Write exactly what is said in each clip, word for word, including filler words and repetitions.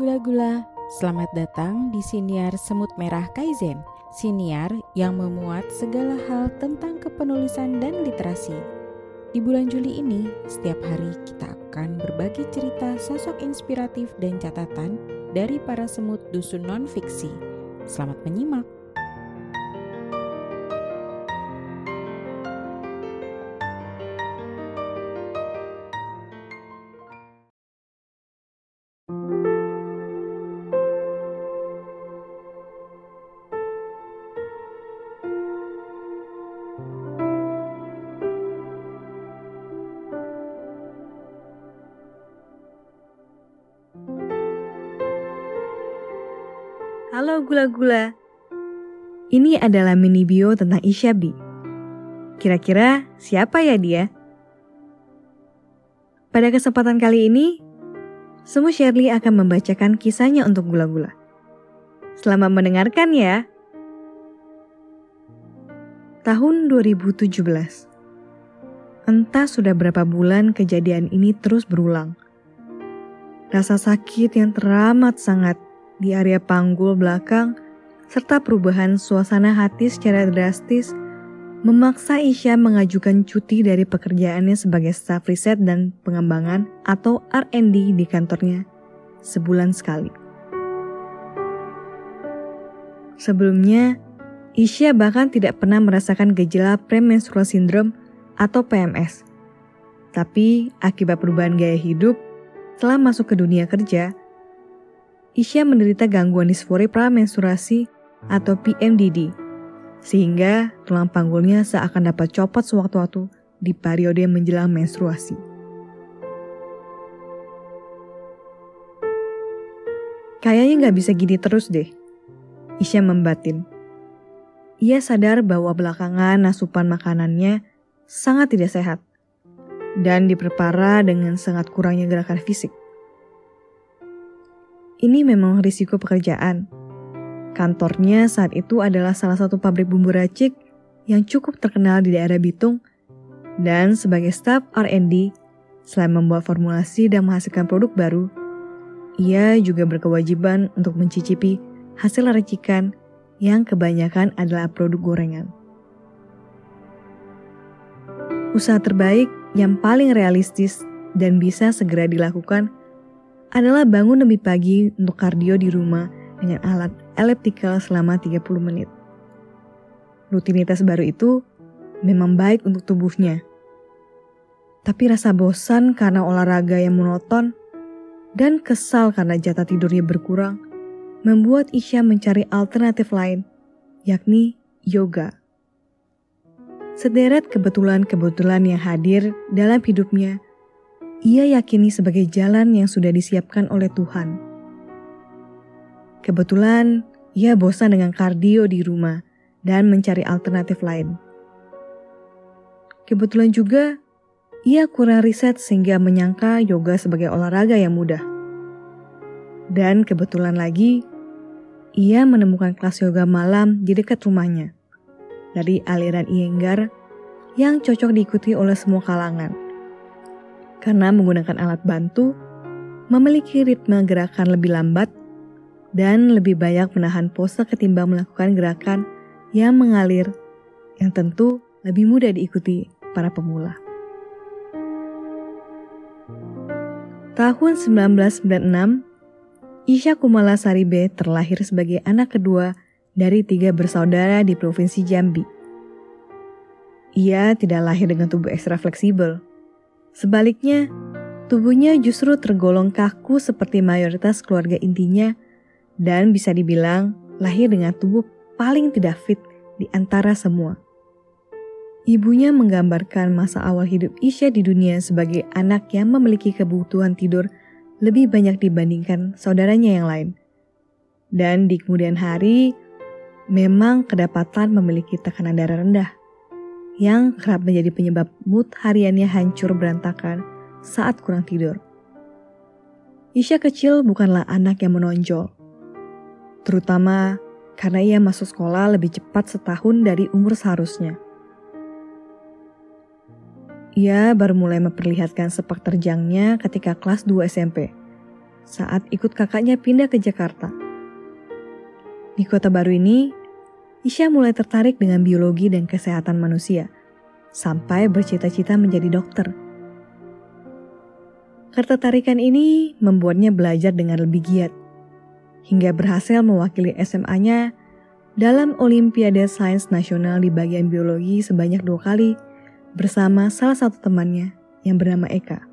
gula-gula, selamat datang di Siniar Semut Merah Kaizen, siniar yang memuat segala hal tentang kepenulisan dan literasi. Di bulan Juli ini, setiap hari kita akan berbagi cerita sosok inspiratif dan catatan dari para semut dusun non-fiksi. Selamat menyimak. Halo gula-gula, ini adalah mini bio tentang Ishabi. Kira-kira siapa ya dia? Pada kesempatan kali ini, Semut Shirley akan membacakan kisahnya untuk gula-gula. Selamat mendengarkan ya. Tahun dua ribu tujuh belas. Entah sudah berapa bulan kejadian ini terus berulang. Rasa sakit yang teramat sangat di area panggul belakang, serta perubahan suasana hati secara drastis, memaksa Isha mengajukan cuti dari pekerjaannya sebagai staf riset dan pengembangan atau R and D di kantornya sebulan sekali. Sebelumnya, Isha bahkan tidak pernah merasakan gejala premenstrual syndrome atau P M S. Tapi akibat perubahan gaya hidup, setelah masuk ke dunia kerja, Isha menderita gangguan disfori pramenstruasi atau P M D D, sehingga tulang panggulnya seakan dapat copot sewaktu-waktu di periode menjelang menstruasi. Kayaknya gak bisa gini terus deh, Isha membatin. Ia sadar bahwa belakangan asupan makanannya sangat tidak sehat dan diperparah dengan sangat kurangnya gerakan fisik. Ini memang risiko pekerjaan. Kantornya saat itu adalah salah satu pabrik bumbu racik yang cukup terkenal di daerah Bitung, dan sebagai staf R and D, selain membuat formulasi dan menghasilkan produk baru, ia juga berkewajiban untuk mencicipi hasil racikan yang kebanyakan adalah produk gorengan. Usaha terbaik yang paling realistis dan bisa segera dilakukan adalah bangun lebih pagi untuk kardio di rumah dengan alat elliptical selama tiga puluh menit. Rutinitas baru itu memang baik untuk tubuhnya. Tapi rasa bosan karena olahraga yang monoton dan kesal karena jatah tidurnya berkurang membuat Isha mencari alternatif lain, yakni yoga. Sederet kebetulan-kebetulan yang hadir dalam hidupnya ia yakini sebagai jalan yang sudah disiapkan oleh Tuhan. Kebetulan, ia bosan dengan kardio di rumah dan mencari alternatif lain. Kebetulan juga, ia kurang riset sehingga menyangka yoga sebagai olahraga yang mudah. Dan kebetulan lagi, ia menemukan kelas yoga malam di dekat rumahnya dari aliran Iyengar yang cocok diikuti oleh semua kalangan. Karena menggunakan alat bantu, memiliki ritme gerakan lebih lambat, dan lebih banyak menahan pose ketimbang melakukan gerakan yang mengalir, yang tentu lebih mudah diikuti para pemula. Tahun seribu sembilan ratus sembilan puluh enam, Isha Kumala Saribe terlahir sebagai anak kedua dari tiga bersaudara di Provinsi Jambi. Ia tidak lahir dengan tubuh ekstra fleksibel. Sebaliknya, tubuhnya justru tergolong kaku seperti mayoritas keluarga intinya dan bisa dibilang lahir dengan tubuh paling tidak fit di antara semua. Ibunya menggambarkan masa awal hidup Isha di dunia sebagai anak yang memiliki kebutuhan tidur lebih banyak dibandingkan saudaranya yang lain. Dan di kemudian hari, memang kedapatan memiliki tekanan darah rendah, yang kerap menjadi penyebab mood hariannya hancur berantakan saat kurang tidur. Isha kecil bukanlah anak yang menonjol, terutama karena ia masuk sekolah lebih cepat setahun dari umur seharusnya. Ia baru mulai memperlihatkan sepak terjangnya ketika kelas dua S M P, saat ikut kakaknya pindah ke Jakarta. Di kota baru ini, Isya mulai tertarik dengan biologi dan kesehatan manusia, sampai bercita-cita menjadi dokter. Ketertarikan ini membuatnya belajar dengan lebih giat, hingga berhasil mewakili S M A-nya dalam Olimpiade Sains Nasional di bagian biologi sebanyak dua kali bersama salah satu temannya yang bernama Eka.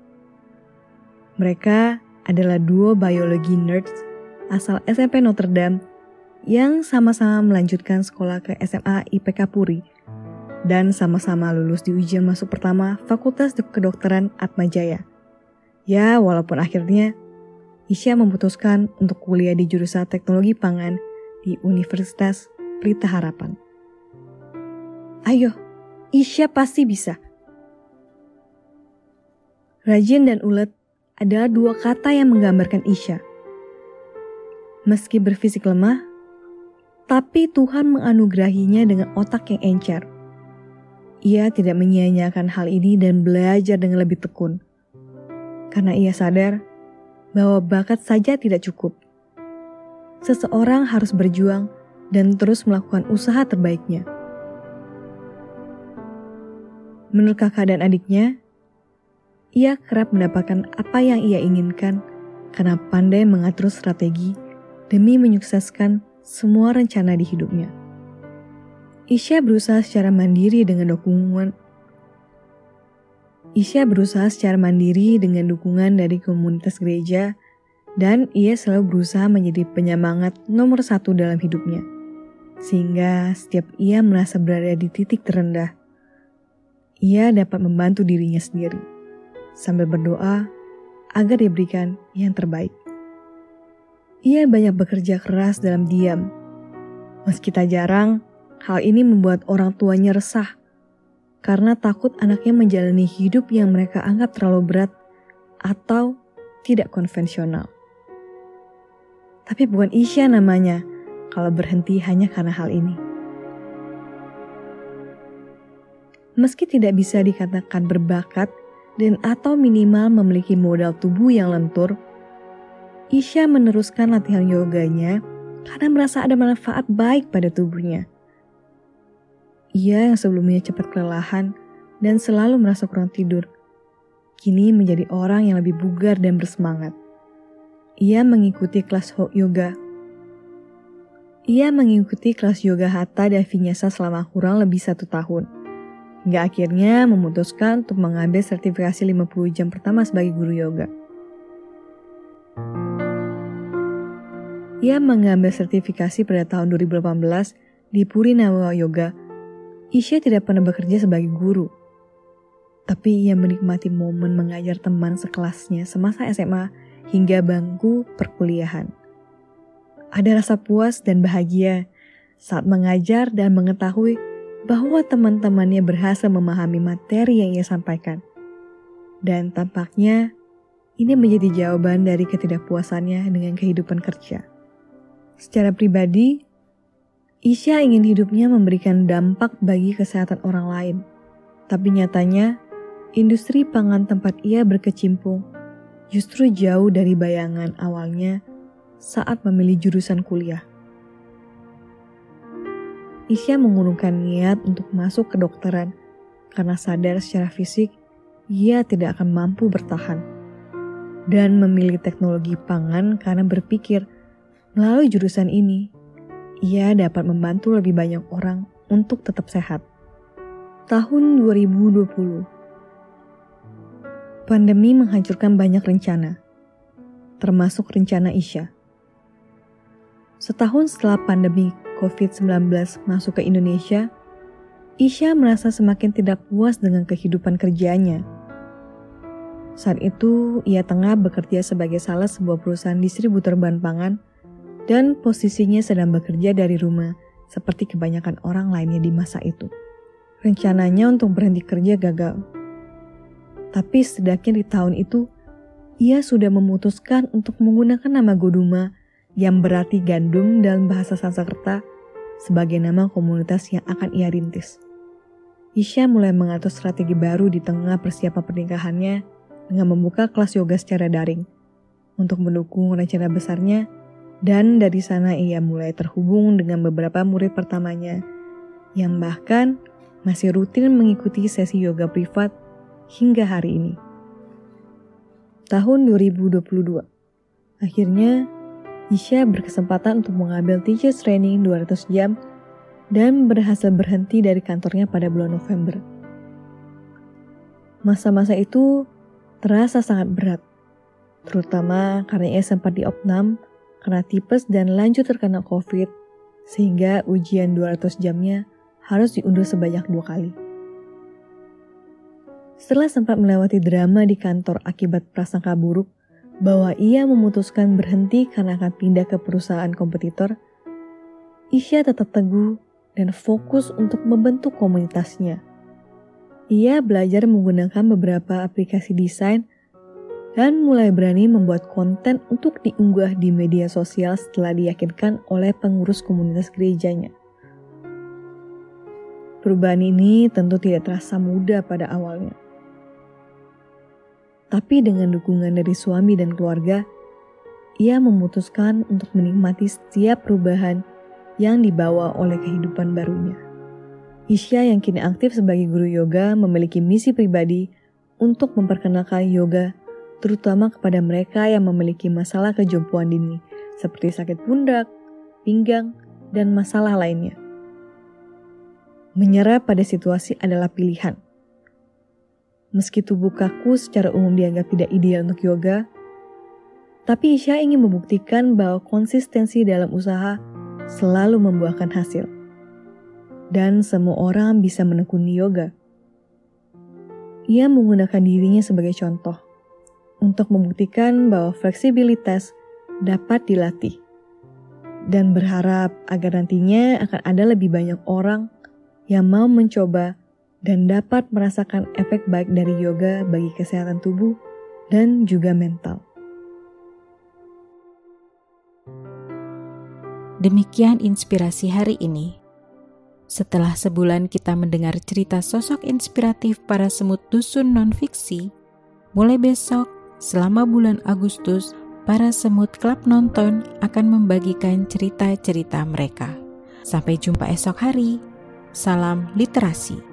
Mereka adalah duo biologi nerds asal S M P Notre Dame yang sama-sama melanjutkan sekolah ke S M A I P K Puri dan sama-sama lulus di ujian masuk pertama Fakultas Kedokteran Atmajaya. Ya, walaupun akhirnya Isya memutuskan untuk kuliah di jurusan Teknologi Pangan di Universitas Pelita Harapan. Ayo, Isya pasti bisa. Rajin dan ulet adalah dua kata yang menggambarkan Isya. Meski berfisik lemah, tapi Tuhan menganugerahinya dengan otak yang encer. Ia tidak menyia-nyiakan hal ini dan belajar dengan lebih tekun. Karena ia sadar bahwa bakat saja tidak cukup. Seseorang harus berjuang dan terus melakukan usaha terbaiknya. Menurut kakak dan adiknya, ia kerap mendapatkan apa yang ia inginkan karena pandai mengatur strategi demi menyukseskan semua rencana di hidupnya. Isya berusaha secara mandiri dengan dukungan Isya berusaha secara mandiri dengan dukungan dari komunitas gereja dan ia selalu berusaha menjadi penyemangat nomor satu dalam hidupnya. Sehingga setiap ia merasa berada di titik terendah, ia dapat membantu dirinya sendiri sambil berdoa agar diberikan yang terbaik. Ia banyak bekerja keras dalam diam. Meski tak jarang, hal ini membuat orang tuanya resah karena takut anaknya menjalani hidup yang mereka anggap terlalu berat atau tidak konvensional. Tapi bukan Isya namanya kalau berhenti hanya karena hal ini. Meski tidak bisa dikatakan berbakat dan atau minimal memiliki modal tubuh yang lentur, Isya meneruskan latihan yoganya karena merasa ada manfaat baik pada tubuhnya. Ia yang sebelumnya cepat kelelahan dan selalu merasa kurang tidur, kini menjadi orang yang lebih bugar dan bersemangat. Ia mengikuti kelas yoga. Ia mengikuti kelas yoga Hatha dan Vinyasa selama kurang lebih satu tahun. Hingga akhirnya memutuskan untuk mengambil sertifikasi lima puluh jam pertama sebagai guru yoga. Ia mengambil sertifikasi pada tahun dua ribu delapan belas di Puri Nawa Yoga. Isya tidak pernah bekerja sebagai guru, tapi ia menikmati momen mengajar teman sekelasnya semasa S M A hingga bangku perkuliahan. Ada rasa puas dan bahagia saat mengajar dan mengetahui bahwa teman-temannya berhasil memahami materi yang ia sampaikan. Dan tampaknya ini menjadi jawaban dari ketidakpuasannya dengan kehidupan kerja. Secara pribadi, Isya ingin hidupnya memberikan dampak bagi kesehatan orang lain. Tapi nyatanya, industri pangan tempat ia berkecimpung justru jauh dari bayangan awalnya saat memilih jurusan kuliah. Isya mengurungkan niat untuk masuk kedokteran karena sadar secara fisik ia tidak akan mampu bertahan. Dan memilih teknologi pangan karena berpikir melalui jurusan ini, ia dapat membantu lebih banyak orang untuk tetap sehat. Tahun dua ribu dua puluh. Pandemi menghancurkan banyak rencana, termasuk rencana Isya. Setahun setelah pandemi covid sembilan belas masuk ke Indonesia, Isya merasa semakin tidak puas dengan kehidupan kerjanya. Saat itu, ia tengah bekerja sebagai salah sebuah perusahaan distributor bahan pangan dan posisinya sedang bekerja dari rumah seperti kebanyakan orang lainnya di masa itu. Rencananya untuk berhenti kerja gagal. Tapi setidaknya di tahun itu, ia sudah memutuskan untuk menggunakan nama Goduma yang berarti gandum dalam bahasa Sanskerta sebagai nama komunitas yang akan ia rintis. Isya mulai mengatur strategi baru di tengah persiapan pernikahannya dengan membuka kelas yoga secara daring. untuk mendukung rencana besarnya, dan dari sana ia mulai terhubung dengan beberapa murid pertamanya yang bahkan masih rutin mengikuti sesi yoga privat hingga hari ini. Tahun dua ribu dua puluh dua, akhirnya Isya berkesempatan untuk mengambil teachers training dua ratus jam dan berhasil berhenti dari kantornya pada bulan November. Masa-masa itu terasa sangat berat, terutama karena ia sempat diopnam karena tipes dan lanjut terkena COVID, sehingga ujian dua ratus jamnya harus diundur sebanyak dua kali. Setelah sempat melewati drama di kantor akibat prasangka buruk bahwa ia memutuskan berhenti karena akan pindah ke perusahaan kompetitor, Isya tetap teguh dan fokus untuk membentuk komunitasnya. Ia belajar menggunakan beberapa aplikasi desain dan mulai berani membuat konten untuk diunggah di media sosial setelah diyakinkan oleh pengurus komunitas gerejanya. Perubahan ini tentu tidak terasa mudah pada awalnya. Tapi dengan dukungan dari suami dan keluarga, ia memutuskan untuk menikmati setiap perubahan yang dibawa oleh kehidupan barunya. Isya yang kini aktif sebagai guru yoga memiliki misi pribadi untuk memperkenalkan yoga terutama kepada mereka yang memiliki masalah kejompoan dini seperti sakit pundak, pinggang, dan masalah lainnya. Menyerah pada situasi adalah pilihan. Meski tubuh kaku secara umum dianggap tidak ideal untuk yoga, tapi Isya ingin membuktikan bahwa konsistensi dalam usaha selalu membuahkan hasil. Dan semua orang bisa menekuni yoga. Ia menggunakan dirinya sebagai contoh untuk membuktikan bahwa fleksibilitas dapat dilatih. Dan berharap agar nantinya akan ada lebih banyak orang yang mau mencoba dan dapat merasakan efek baik dari yoga bagi kesehatan tubuh dan juga mental. Demikian inspirasi hari ini. Setelah sebulan kita mendengar cerita sosok inspiratif para semut dusun non-fiksi, mulai besok selama bulan Agustus, para semut klub nonton akan membagikan cerita-cerita mereka. Sampai jumpa esok hari. Salam literasi.